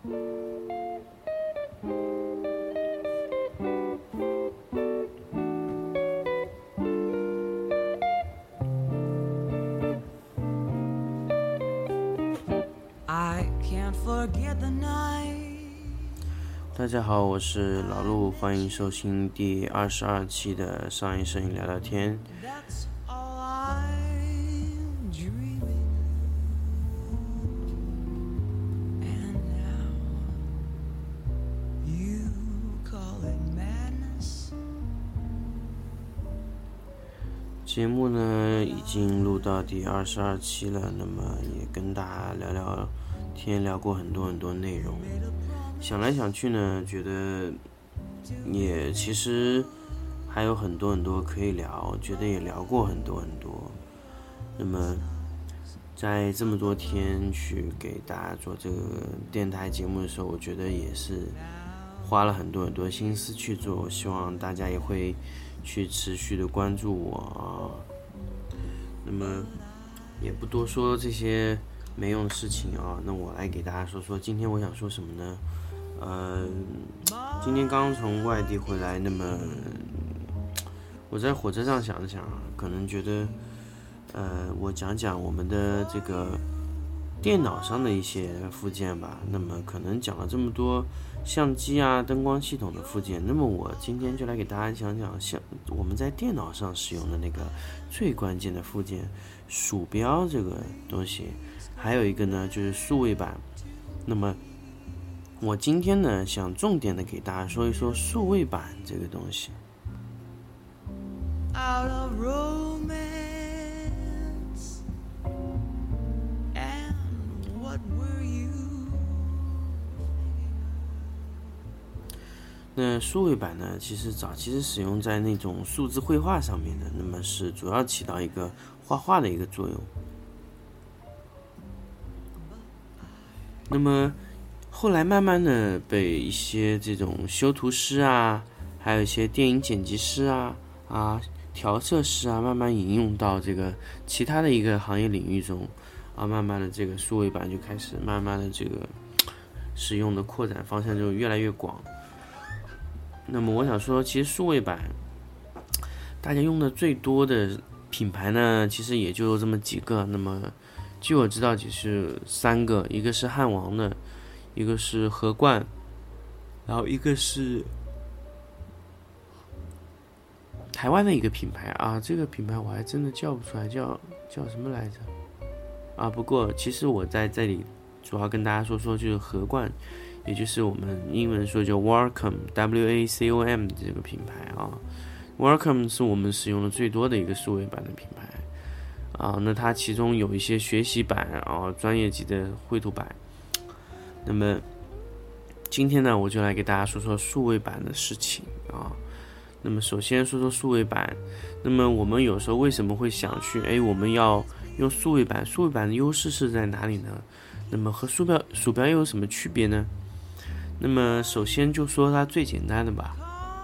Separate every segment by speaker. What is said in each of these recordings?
Speaker 1: 大家好，我是老陆，欢迎收听第22期的商业摄影聊聊天。节目呢已经录到第22期了，那么也跟大家聊聊天，聊过很多内容。想来想去呢，觉得也其实还有很多可以聊，觉得也聊过很多。那么在这么多天去给大家做这个电台节目的时候，我觉得也是花了很多心思去做，希望大家也会去持续的关注我啊。那么也不多说这些没用的事情啊，那我来给大家说今天我想说什么呢？今天刚从外地回来，那么我在火车上想了想，可能觉得我讲我们的这个电脑上的一些附件吧。那么可能讲了这么多相机啊、灯光系统的附件，那么我今天就来给大家讲像我们在电脑上使用的那个最关键的附件——鼠标这个东西，还有一个呢就是数位板。那么我今天呢想重点的给大家说一说数位板这个东西。那数位板呢，其实早期是使用在那种数字绘画上面的，那么是主要起到一个画画的一个作用。那么后来慢慢的被一些这种修图师啊，还有一些电影剪辑师啊、调色师啊，慢慢引用到这个其他的一个行业领域中啊，慢慢的这个数位板就开始慢慢的这个使用的扩展方向就越来越广。那么我想说，其实数位板大家用的最多的品牌呢，其实也就这么几个。那么据我知道就是3个，一个是汉王的，一个是和冠，然后一个是台湾的一个品牌啊，这个品牌我还真的叫不出来，叫什么来着啊？不过其实我在这里主要跟大家说就是和冠，也就是我们英文说叫 Wacom WACOM 这个品牌啊。Wacom 是我们使用的最多的一个数位板的品牌啊。那它其中有一些学习版啊，专业级的绘图版。那么今天呢，我就来给大家说数位板的事情啊。那么首先说数位板，那么我们有时候为什么会想去我们要用数位板？数位板的优势是在哪里呢？那么和鼠标又有什么区别呢？那么首先就说它最简单的吧。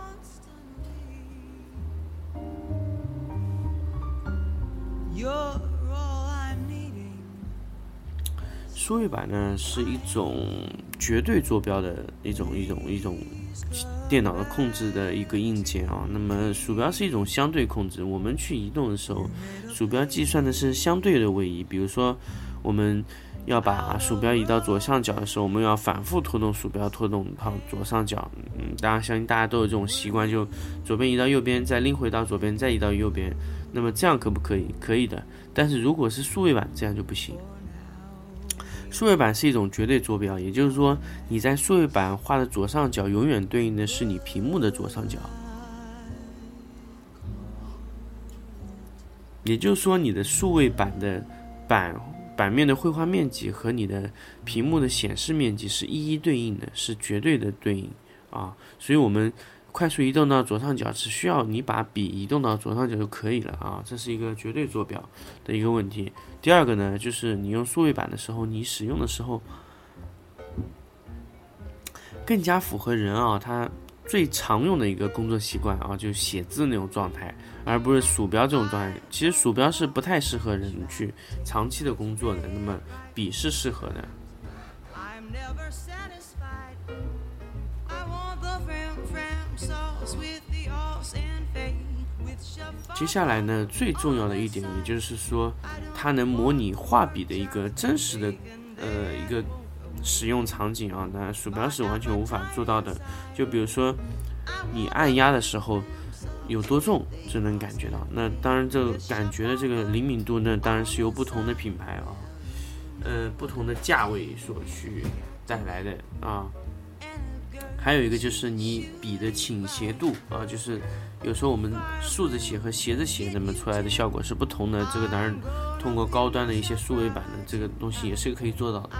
Speaker 1: 数位板呢是一种绝对坐标的一种电脑的控制的一个硬件啊。那么鼠标是一种相对控制，我们去移动的时候，鼠标计算的是相对的位移。比如说我们要把鼠标移到左上角的时候，我们要反复拖动鼠标，拖动到左上角。当然相信大家都有这种习惯，就左边移到右边，再拎回到左边，再移到右边。那么这样可不可以？可以的。但是如果是数位板，这样就不行。数位板是一种绝对坐标，也就是说你在数位板画的左上角永远对应的是你屏幕的左上角。也就是说你的数位板的版面的绘画面积和你的屏幕的显示面积是一一对应的，是绝对的对应啊。所以我们快速移动到左上角，只需要你把笔移动到左上角就可以了啊，这是一个绝对坐标的一个问题。第二个呢，就是你用数位板的时候，你使用的时候更加符合人啊他最常用的一个工作习惯啊，就是写字那种状态，而不是鼠标这种状态。其实鼠标是不太适合人去长期的工作的，那么笔是适合的。 接下来呢，最重要的一点，也就是说，它能模拟画笔的一个真实的一个使用场景啊，那鼠标是完全无法做到的。就比如说，你按压的时候有多重，就能感觉到。那当然，这个感觉的这个灵敏度呢，当然是由不同的品牌不同的价位所去带来的啊。还有一个就是你笔的倾斜度啊，就是有时候我们竖着写和斜着写，那么出来的效果是不同的。这个当然通过高端的一些数位版的这个东西也是可以做到的。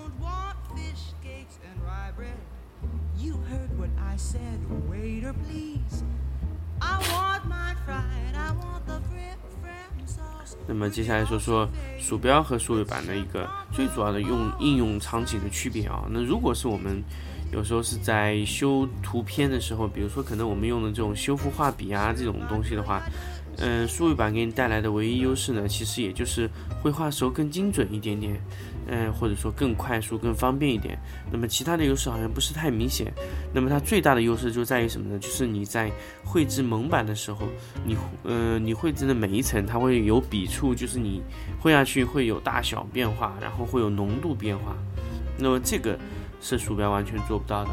Speaker 1: 那么接下来说说鼠标和数位板的一个最主要的应用场景的区别啊。那如果是我们有时候是在修图片的时候，比如说可能我们用的这种修复画笔啊这种东西的话，数位板给你带来的唯一优势呢，其实也就是绘画时候更精准一点点，或者说更快速、更方便一点。那么其他的优势好像不是太明显。那么它最大的优势就在于什么呢？就是你在绘制蒙版的时候，你绘制的每一层它会有笔触，就是你绘下去会有大小变化，然后会有浓度变化。那么这个是鼠标完全做不到的。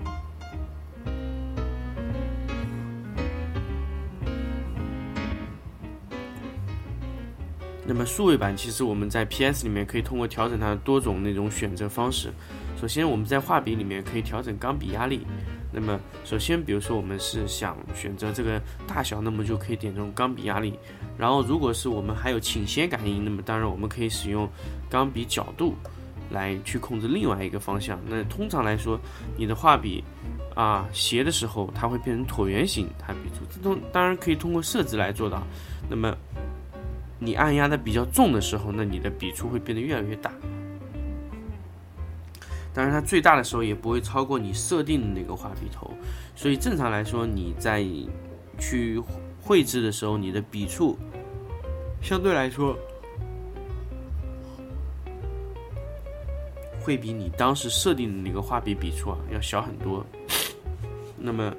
Speaker 1: 那么数位板其实我们在 PS 里面可以通过调整它的多种那种选择方式。首先我们在画笔里面可以调整钢笔压力。那么首先比如说我们是想选择这个大小，那么就可以点这种钢笔压力。然后如果是我们还有倾斜感应，那么当然我们可以使用钢笔角度来去控制另外一个方向。那通常来说，你的画笔斜的时候它会变成椭圆形，它笔触这当然可以通过设置来做到。那么你按压的比较重的时候，那你的笔触会变得越来越大。当然它最大的时候也不会超过你设定的那个画笔头。所以正常来说，你在去绘制的时候，你的笔触相对来说会比你当时设定的那个画笔笔触要小很多。那么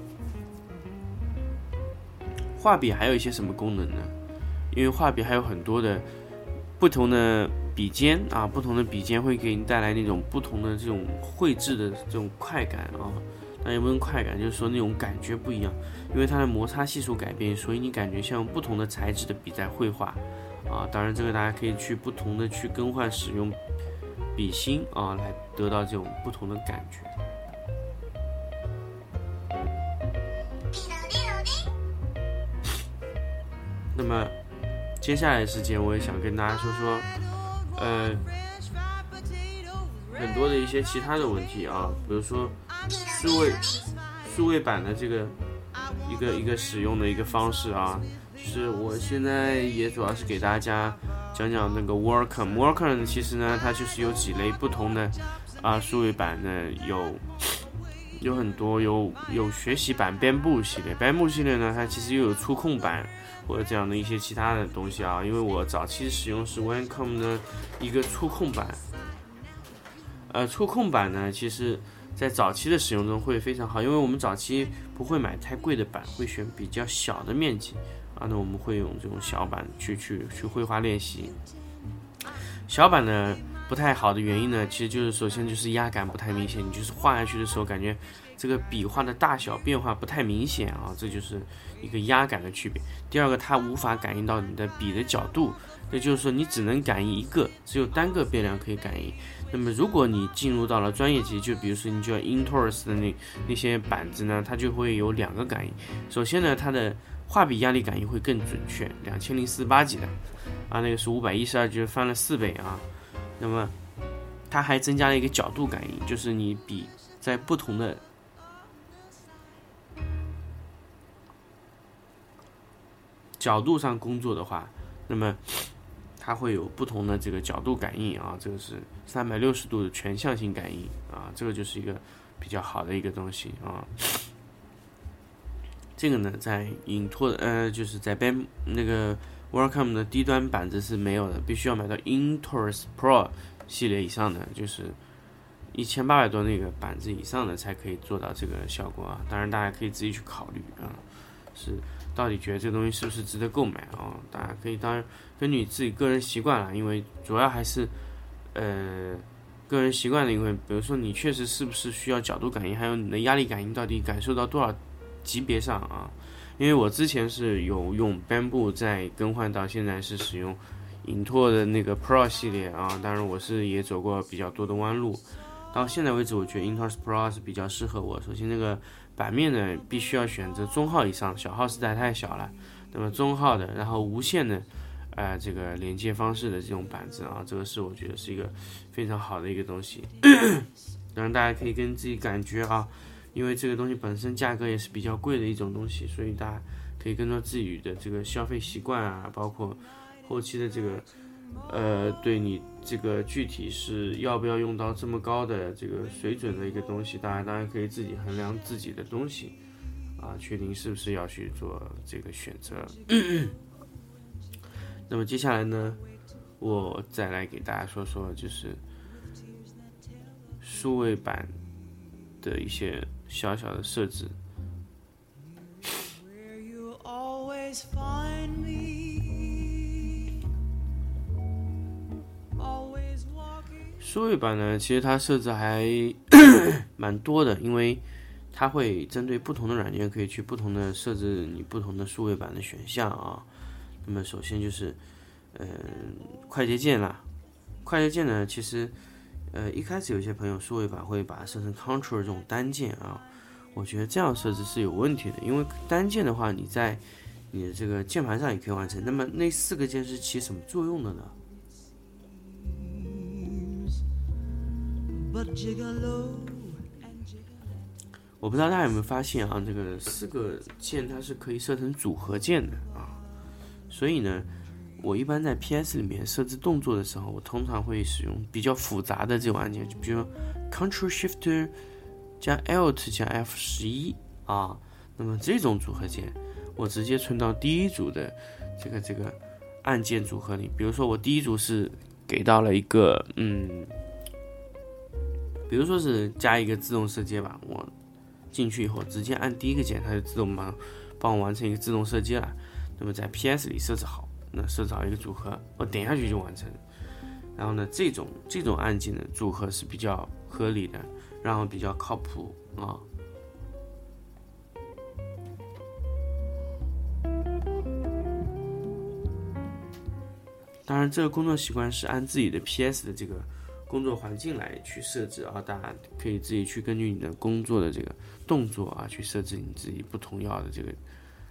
Speaker 1: 画笔还有一些什么功能呢？因为画笔还有很多的不同的笔尖不同的笔尖会给你带来那种不同的这种绘制的这种快感那也不用快感，就是说那种感觉不一样。因为它的摩擦系数改变，所以你感觉像不同的材质的笔在绘画当然这个大家可以去不同的去更换使用笔芯来得到这种不同的感觉。那么接下来的时间我也想跟大家说说很多的一些其他的问题比如说数位版的这个一个使用的一个方式就是我现在也主要是给大家讲讲那个 Wacom 其实呢它就是有几类不同的数位版呢，有很多有学习版 Bamboo 系列呢，它其实又有触控版或者这样的一些其他的东西因为我早期使用是 Wacom 的一个触控版。触控版呢其实在早期的使用中会非常好，因为我们早期不会买太贵的版，会选比较小的面积那我们会用这种小版去绘画练习。小版呢不太好的原因呢，其实就是首先就是压感不太明显，你就是画下去的时候感觉这个笔画的大小变化不太明显这就是一个压感的区别。第二个，它无法感应到你的笔的角度，也就是说你只能感应一个，只有单个变量可以感应。那么如果你进入到了专业级，就比如说你就要 Intaurus 的那些板子呢，它就会有两个感应。首先呢，它的画笔压力感应会更准确，2048级的那个是512，就是翻了4倍那么它还增加了一个角度感应，就是你笔在不同的角度上工作的话，那么它会有不同的这个角度感应这个是360度的全向性感应这个就是一个比较好的一个东西这个呢在就是在那个 Wacom 的低端板子是没有的，必须要买到 Intaurus Pro 系列以上的，就是 1800多那个板子以上的才可以做到这个效果啊。当然大家可以自己去考虑啊，是到底觉得这个东西是不是值得购买啊？大家可以当然根据自己个人习惯了，因为主要还是个人习惯的，因为比如说你确实是不是需要角度感应，还有你的压力感应到底感受到多少级别上啊？因为我之前是有用 Bamboo 再更换到现在是使用影拓的那个 Pro 系列啊，当然我是也走过比较多的弯路。到现在为止，我觉得 Intuos Pro 是比较适合我。首先，这个版面呢，必须要选择中号以上，小号实在太小了。那么中号的，然后无线的，这个连接方式的这种板子啊，这个是我觉得是一个非常好的一个东西。当然，大家可以跟自己感觉啊，因为这个东西本身价格也是比较贵的一种东西，所以大家可以跟着自己的这个消费习惯啊，包括后期的这个。对你这个具体是要不要用到这么高的这个水准的一个东西，大家当然可以自己衡量自己的东西啊，确定是不是要去做这个选择。那么接下来呢，我再来给大家说说就是数位版的一些小小的设置。数位版呢，其实它设置还蛮多的，因为它会针对不同的软件，可以去不同的设置你不同的数位版的选项啊。那么首先就是快捷键啦，快捷键呢，其实一开始有些朋友数位版会把它设成 Control 这种单键啊，我觉得这样设置是有问题的，因为单键的话你在你的这个键盘上也可以完成，那么那4个键是起什么作用的呢？我不知道大家有没有发现啊，这个4个键它是可以设成组合键的啊，所以呢，我一般在 PS 里面设置动作的时候，我通常会使用比较复杂的这种按键，就比如 Ctrl Shift 加 Alt 加 F11啊，那么这种组合键，我直接存到第一组的这个按键组合里。比如说我第一组是给到了一个比如说是加一个自动设接吧，我进去以后直接按第一个键，它就自动帮我完成一个自动设接了。那么在 PS 里设置好，那设置好一个组合，我点下去就完成。然后呢，这种按键的组合是比较合理的，然后比较靠谱啊。当然，这个工作习惯是按自己的 PS 的这个工作环境来去设置啊，大家可以自己去根据你的工作的这个动作啊，去设置你自己不同要的这个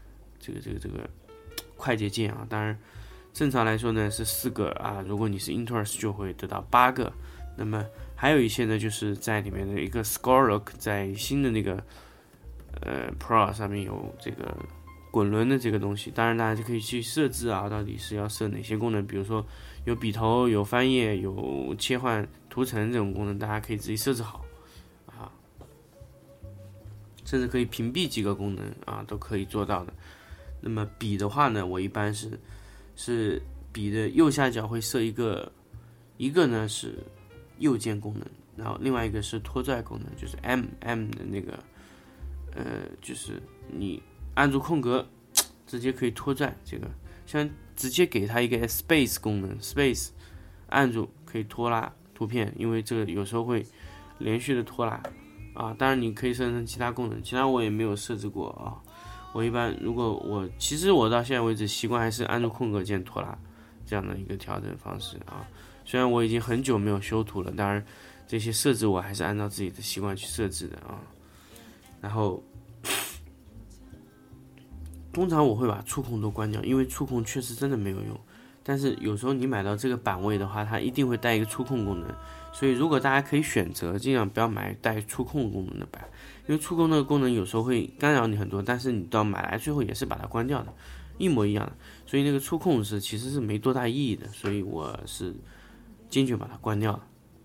Speaker 1: 快捷键啊。当然，正常来说呢是4个啊，如果你是 Intuos 就会得到8个。那么还有一些呢，就是在里面的一个 Scroll Lock， 在新的那个Pro 上面有这个滚轮的这个东西，当然大家就可以去设置啊，到底是要设哪些功能，比如说有笔头、有翻页、有切换图层这种功能，大家可以自己设置好啊，甚至可以屏蔽几个功能啊，都可以做到的。那么笔的话呢，我一般是笔的右下角会设一个呢是右键功能，然后另外一个是拖拽功能，就是 M 的那个就是你按住空格直接可以拖拽，这个像直接给它一个 space 功能 ，space 按住可以拖拉图片，因为这个有时候会连续的拖拉啊。当然你可以设成其他功能，其他我也没有设置过啊。我一般其实我到现在为止习惯还是按住空格键拖拉这样的一个调整方式啊。虽然我已经很久没有修图了，当然这些设置我还是按照自己的习惯去设置的啊。然后通常我会把触控都关掉，因为触控确实真的没有用。但是有时候你买到这个版位的话，它一定会带一个触控功能，所以如果大家可以选择，尽量不要买带触控功能的版，因为触控那个功能有时候会干扰你很多，但是你到买来最后也是把它关掉的，一模一样的。所以那个触控其实是没多大意义的，所以我是坚决把它关掉了。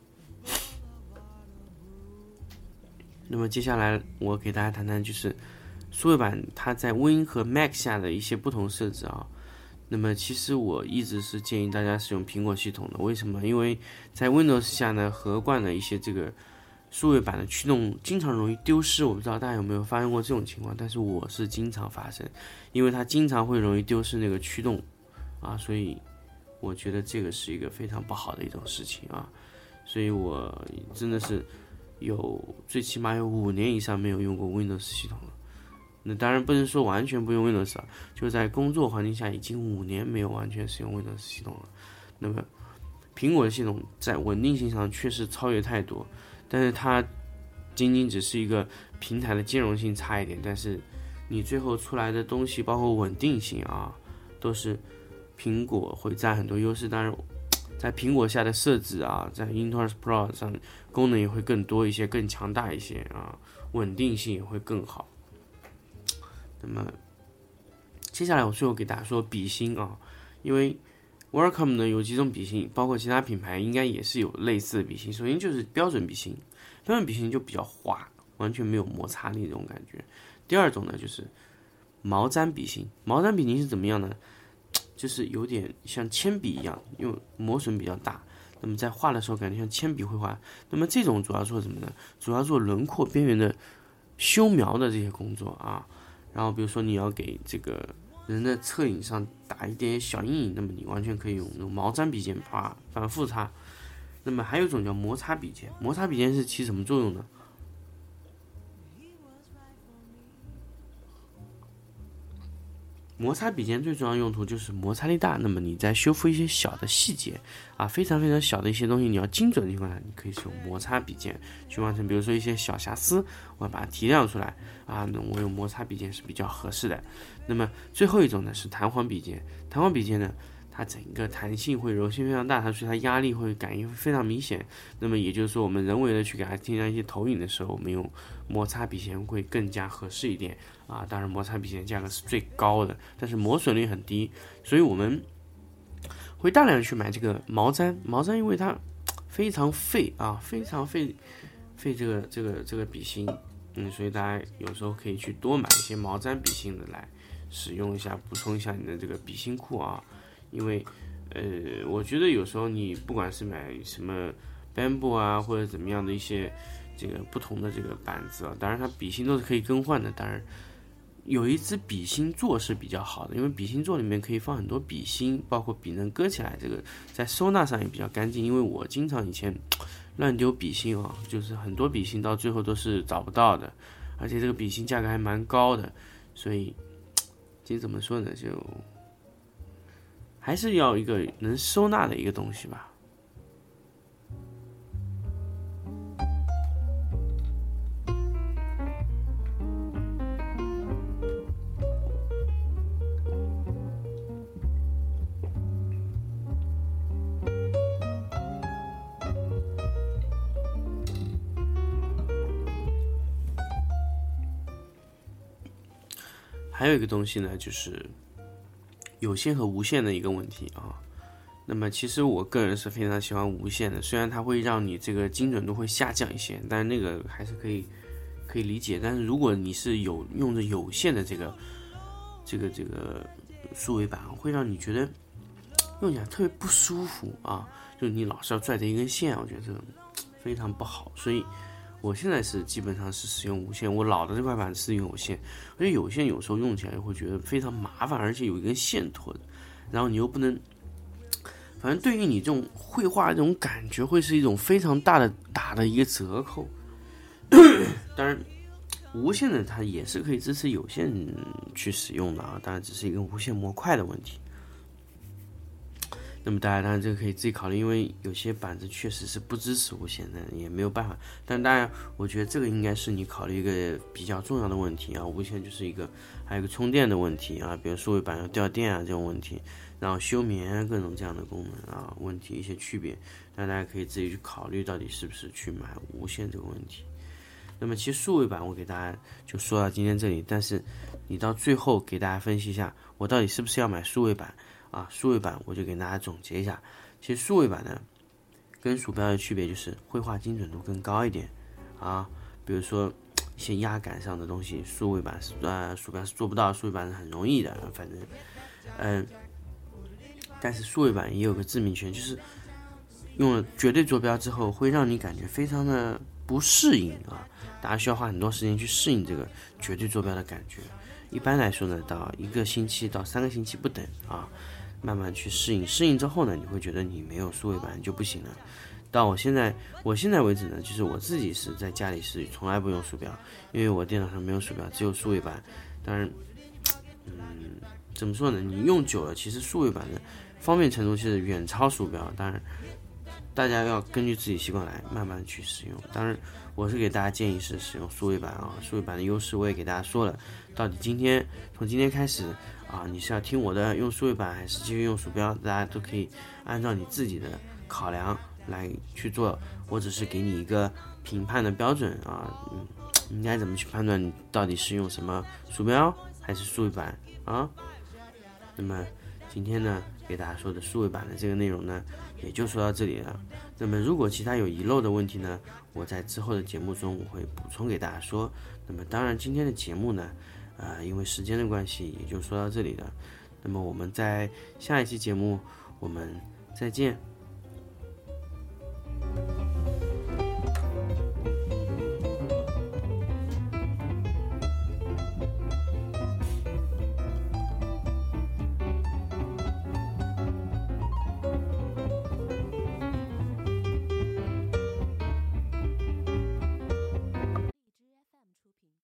Speaker 1: 那么接下来我给大家谈谈就是数位版它在 Win 和 Mac 下的一些不同设置啊。那么其实我一直是建议大家使用苹果系统的，为什么？因为在 Windows 下呢，盒贯的一些这个数位板的驱动经常容易丢失，我不知道大家有没有发生过这种情况，但是我是经常发生，因为它经常会容易丢失那个驱动啊，所以我觉得这个是一个非常不好的一种事情啊，所以我真的是最起码有5年以上没有用过 Windows 系统了。那当然不能说完全不用 Windows 啊，就在工作环境下已经5年没有完全使用 Windows 系统了。那么苹果的系统在稳定性上确实超越太多，但是它仅仅只是一个平台的兼容性差一点，但是你最后出来的东西包括稳定性啊，都是苹果会占很多优势。当然在苹果下的设置啊，在 Intel Pro 上功能也会更多一些，更强大一些啊，稳定性也会更好。那么接下来我最后给大家说笔芯啊，因为 Wacom 呢有几种笔芯，包括其他品牌应该也是有类似的笔芯。首先就是标准笔芯，标准笔芯就比较滑，完全没有摩擦力这种感觉。第二种呢就是毛毡笔芯，毛毡笔芯是怎么样呢？就是有点像铅笔一样，因为磨损比较大，那么在画的时候感觉像铅笔绘画。那么这种主要做什么呢？主要做轮廓边缘的修描的这些工作啊。然后比如说你要给这个人的侧影上打一点小阴影，那么你完全可以用那种毛毡笔尖反复擦。那么还有一种叫摩擦笔尖，摩擦笔尖是起什么作用呢？摩擦笔尖最重要的用途就是摩擦力大，那么你在修复一些小的细节啊，非常非常小的一些东西，你要精准的情况下，你可以使用摩擦笔尖去完成。比如说一些小瑕疵，我要把它提亮出来啊，那我用摩擦笔尖是比较合适的。那么最后一种呢是弹簧笔尖，弹簧笔尖呢，它整个弹性会柔性非常大，所以它压力感应会非常明显。那么也就是说，我们人为的去给它添加一些投影的时候，我们用摩擦笔尖会更加合适一点啊。当然，摩擦笔尖价格是最高的，但是磨损率很低，所以我们会大量的去买这个毛毡。毛毡因为它非常费啊，非常费这个笔芯，所以大家有时候可以去多买一些毛毡笔芯的来使用一下，补充一下你的这个笔芯库啊。因为我觉得有时候你不管是买什么 Bamboo 啊，或者怎么样的一些这个不同的这个板子啊，当然它笔芯都是可以更换的。当然有一支笔芯座是比较好的，因为笔芯座里面可以放很多笔芯，包括笔能搁起来，这个在收纳上也比较干净。因为我经常以前乱丢笔芯啊，就是很多笔芯到最后都是找不到的，而且这个笔芯价格还蛮高的，所以其实怎么说呢，就还是要一个能收纳的一个东西吧。还有一个东西呢，就是有线和无线的一个问题啊。那么其实我个人是非常喜欢无线的，虽然它会让你这个精准度会下降一些，但是那个还是可以理解。但是如果你是用着有线的这个数位板，会让你觉得用起来特别不舒服啊，就是你老是要拽着一根线，我觉得这个非常不好。所以我现在是基本上是使用无线，我老的这块板是用有线，而且有线有时候用起来会觉得非常麻烦，而且有一根线拖的，然后你又不能，反正对于你这种绘画这种感觉会是一种非常大的打的一个折扣。当然无线的它也是可以支持有线去使用的啊，当然只是一个无线模块的问题。那么大家当然这个可以自己考虑，因为有些板子确实是不支持无线的，也没有办法。但当然我觉得这个应该是你考虑一个比较重要的问题啊，无线就是还有一个充电的问题啊，比如数位板要掉电啊这种问题，然后休眠啊各种这样的功能啊问题一些区别，那大家可以自己去考虑到底是不是去买无线这个问题。那么其实数位板我给大家就说到今天这里，但是你到最后给大家分析一下我到底是不是要买数位板啊？数位板我就给大家总结一下，其实数位板呢跟鼠标的区别就是绘画精准度更高一点啊，比如说一些压感上的东西，数位板鼠标是做不到，数位板是很容易的，反正但是数位板也有个致命缺，就是用了绝对坐标之后，会让你感觉非常的不适应啊，大家需要花很多时间去适应这个绝对坐标的感觉。一般来说呢，到1个星期到3个星期不等啊，慢慢去适应。适应之后呢，你会觉得你没有数位板就不行了。到我现在为止呢，就是我自己是在家里是从来不用鼠标，因为我电脑上没有鼠标，只有数位板。当然，怎么说呢？你用久了，其实数位板的方便程度是远超鼠标。当然，大家要根据自己习惯来慢慢去使用。当然，我是给大家建议是使用数位板啊，数位板的优势我也给大家说了。到底从今天开始啊，你是要听我的用数位板，还是继续用鼠标？大家都可以按照你自己的考量来去做。我只是给你一个评判的标准啊，应该怎么去判断你到底是用什么鼠标还是数位板啊？那么今天呢，给大家说的数位板的这个内容呢，也就说到这里了。那么如果其他有遗漏的问题呢，我在之后的节目中我会补充给大家说。那么当然今天的节目呢，因为时间的关系，也就说到这里了。那么我们在下一期节目我们再见。